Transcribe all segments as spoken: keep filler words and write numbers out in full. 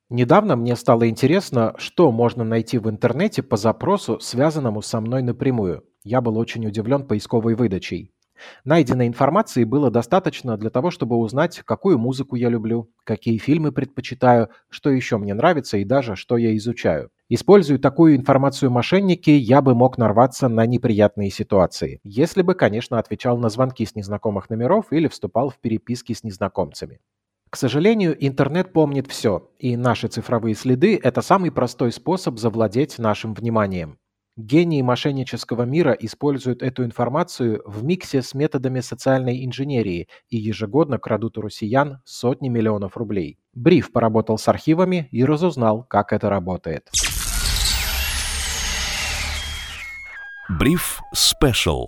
Недавно мне стало интересно, что можно найти в интернете по запросу, связанному со мной напрямую. Я был очень удивлен поисковой выдачей. Найденной информации было достаточно для того, чтобы узнать, какую музыку я люблю, какие фильмы предпочитаю, что еще мне нравится и даже что я изучаю. Используя такую информацию мошенники, я бы мог нарваться на неприятные ситуации, если бы, конечно, отвечал на звонки с незнакомых номеров или вступал в переписки с незнакомцами. К сожалению, интернет помнит все, и наши цифровые следы– это самый простой способ завладеть нашим вниманием. Гении мошеннического мира используют эту информацию в миксе с методами социальной инженерии и ежегодно крадут у россиян сотни миллионов рублей. Бриф поработал с архивами и разузнал, как это работает. Бриф Спешл.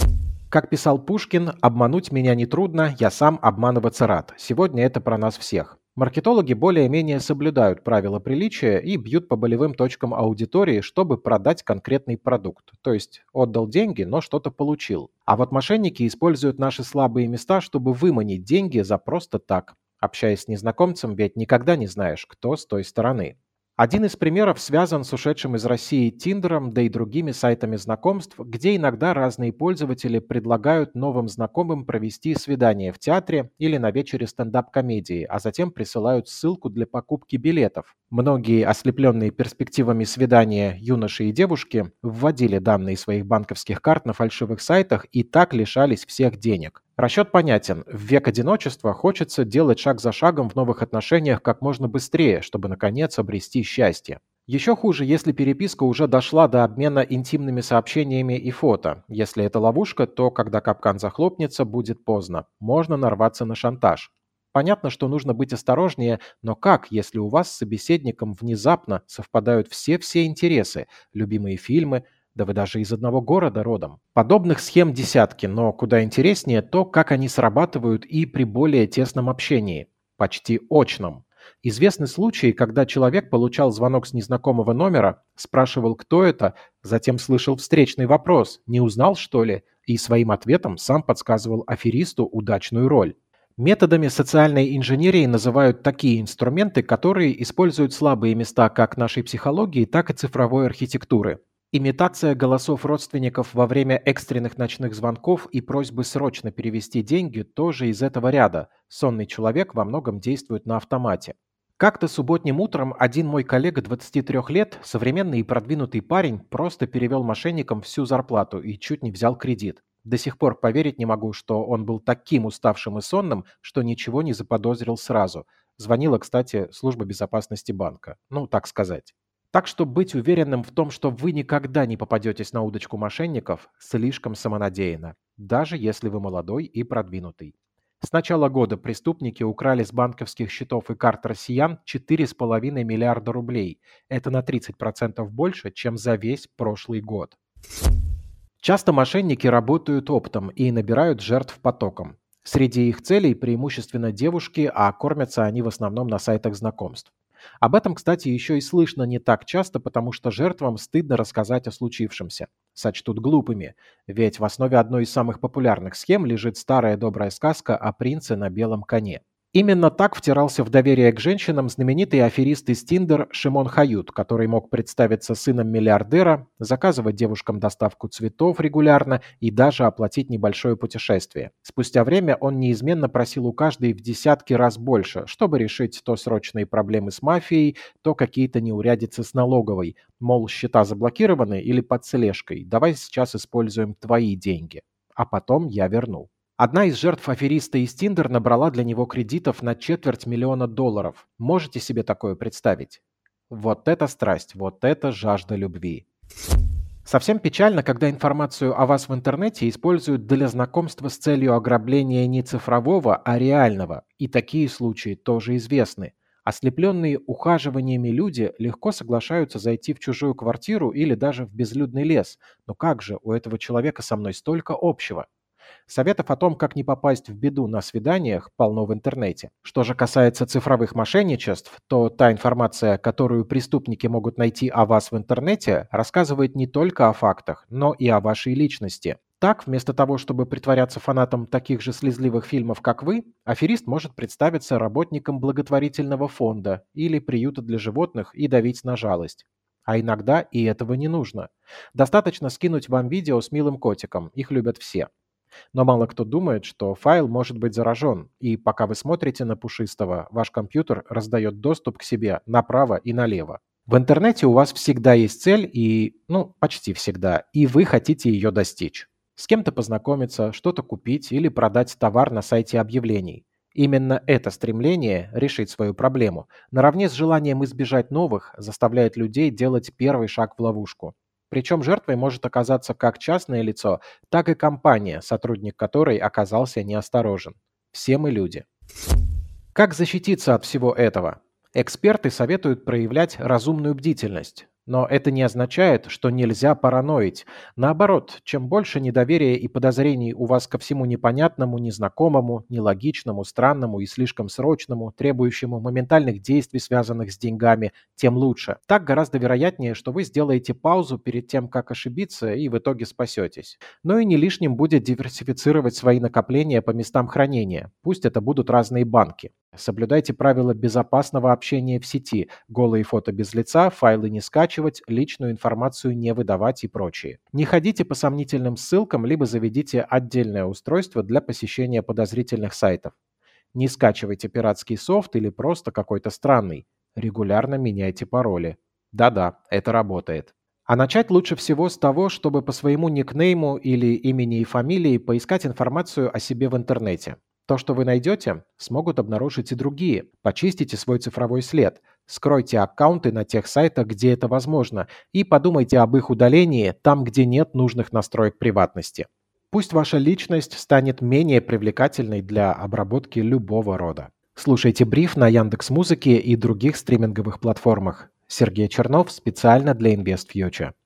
Как писал Пушкин, обмануть меня нетрудно, я сам обманываться рад. Сегодня это про нас всех. Маркетологи более-менее соблюдают правила приличия и бьют по болевым точкам аудитории, чтобы продать конкретный продукт. То есть отдал деньги, но что-то получил. А вот мошенники используют наши слабые места, чтобы выманить деньги за просто так. Общаясь с незнакомцем, ведь никогда не знаешь, кто с той стороны. Один из примеров связан с ушедшим из России Тиндером, да и другими сайтами знакомств, где иногда разные пользователи предлагают новым знакомым провести свидание в театре или на вечере стендап-комедии, а затем присылают ссылку для покупки билетов. Многие, ослепленные перспективами свидания юноши и девушки, вводили данные своих банковских карт на фальшивых сайтах и так лишались всех денег. Расчет понятен. В век одиночества хочется делать шаг за шагом в новых отношениях как можно быстрее, чтобы наконец обрести счастье. Еще хуже, если переписка уже дошла до обмена интимными сообщениями и фото. Если это ловушка, то когда капкан захлопнется, будет поздно. Можно нарваться на шантаж. Понятно, что нужно быть осторожнее, но как, если у вас с собеседником внезапно совпадают все-все интересы, любимые фильмы, да вы даже из одного города родом? Подобных схем десятки, но куда интереснее то, как они срабатывают и при более тесном общении, почти очном. Известны случаи, когда человек получал звонок с незнакомого номера, спрашивал, кто это, затем слышал встречный вопрос, не узнал, что ли, и своим ответом сам подсказывал аферисту удачную роль. Методами социальной инженерии называют такие инструменты, которые используют слабые места как нашей психологии, так и цифровой архитектуры. Имитация голосов родственников во время экстренных ночных звонков и просьбы срочно перевести деньги тоже из этого ряда. Сонный человек во многом действует на автомате. Как-то субботним утром один мой коллега двадцати трёх лет, современный и продвинутый парень, просто перевел мошенникам всю зарплату и чуть не взял кредит. До сих пор поверить не могу, что он был таким уставшим и сонным, что ничего не заподозрил сразу. Звонила, кстати, служба безопасности банка. Ну, так сказать. Так что быть уверенным в том, что вы никогда не попадетесь на удочку мошенников, слишком самонадеянно, даже если вы молодой и продвинутый. С начала года преступники украли с банковских счетов и карт россиян четыре с половиной миллиарда рублей. Это на тридцать процентов больше, чем за весь прошлый год. Часто мошенники работают оптом и набирают жертв потоком. Среди их целей преимущественно девушки, а кормятся они в основном на сайтах знакомств. Об этом, кстати, еще и слышно не так часто, потому что жертвам стыдно рассказать о случившемся. Сочтут глупыми, ведь в основе одной из самых популярных схем лежит старая добрая сказка о принце на белом коне. Именно так втирался в доверие к женщинам знаменитый аферист из Тиндер Шимон Хают, который мог представиться сыном миллиардера, заказывать девушкам доставку цветов регулярно и даже оплатить небольшое путешествие. Спустя время он неизменно просил у каждой в десятки раз больше, чтобы решить то срочные проблемы с мафией, то какие-то неурядицы с налоговой. Мол, счета заблокированы или под слежкой, давай сейчас используем твои деньги, а потом я верну. Одна из жертв афериста из Тиндер набрала для него кредитов на четверть миллиона долларов. Можете себе такое представить? Вот это страсть, вот это жажда любви. Совсем печально, когда информацию о вас в интернете используют для знакомства с целью ограбления не цифрового, а реального. И такие случаи тоже известны. Ослепленные ухаживаниями люди легко соглашаются зайти в чужую квартиру или даже в безлюдный лес. Но как же, у этого человека со мной столько общего. Советов о том, как не попасть в беду на свиданиях, полно в интернете. Что же касается цифровых мошенничеств, то та информация, которую преступники могут найти о вас в интернете, рассказывает не только о фактах, но и о вашей личности. Так, вместо того, чтобы притворяться фанатом таких же слезливых фильмов, как вы, аферист может представиться работником благотворительного фонда или приюта для животных и давить на жалость. А иногда и этого не нужно. Достаточно скинуть вам видео с милым котиком, их любят все. Но мало кто думает, что файл может быть заражен, и пока вы смотрите на пушистого, ваш компьютер раздает доступ к себе направо и налево. В интернете у вас всегда есть цель и, ну, почти всегда, и вы хотите ее достичь. С кем-то познакомиться, что-то купить или продать товар на сайте объявлений. Именно это стремление решить свою проблему, наравне с желанием избежать новых, заставляет людей делать первый шаг в ловушку. Причем жертвой может оказаться как частное лицо, так и компания, сотрудник которой оказался неосторожен. Все мы люди. Как защититься от всего этого? Эксперты советуют проявлять разумную бдительность. Но это не означает, что нельзя параноить. Наоборот, чем больше недоверия и подозрений у вас ко всему непонятному, незнакомому, нелогичному, странному и слишком срочному, требующему моментальных действий, связанных с деньгами, тем лучше. Так гораздо вероятнее, что вы сделаете паузу перед тем, как ошибиться, и в итоге спасетесь. Но и не лишним будет диверсифицировать свои накопления по местам хранения. Пусть это будут разные банки. Соблюдайте правила безопасного общения в сети, голые фото без лица, файлы не скачивать, личную информацию не выдавать и прочее. Не ходите по сомнительным ссылкам, либо заведите отдельное устройство для посещения подозрительных сайтов. Не скачивайте пиратский софт или просто какой-то странный. Регулярно меняйте пароли. Да-да, это работает. А начать лучше всего с того, чтобы по своему никнейму или имени и фамилии поискать информацию о себе в интернете. То, что вы найдете, смогут обнаружить и другие. Почистите свой цифровой след, скройте аккаунты на тех сайтах, где это возможно, и подумайте об их удалении там, где нет нужных настроек приватности. Пусть ваша личность станет менее привлекательной для обработки любого рода. Слушайте бриф на Яндекс.Музыке и других стриминговых платформах. Сергей Чернов специально для InvestFuture.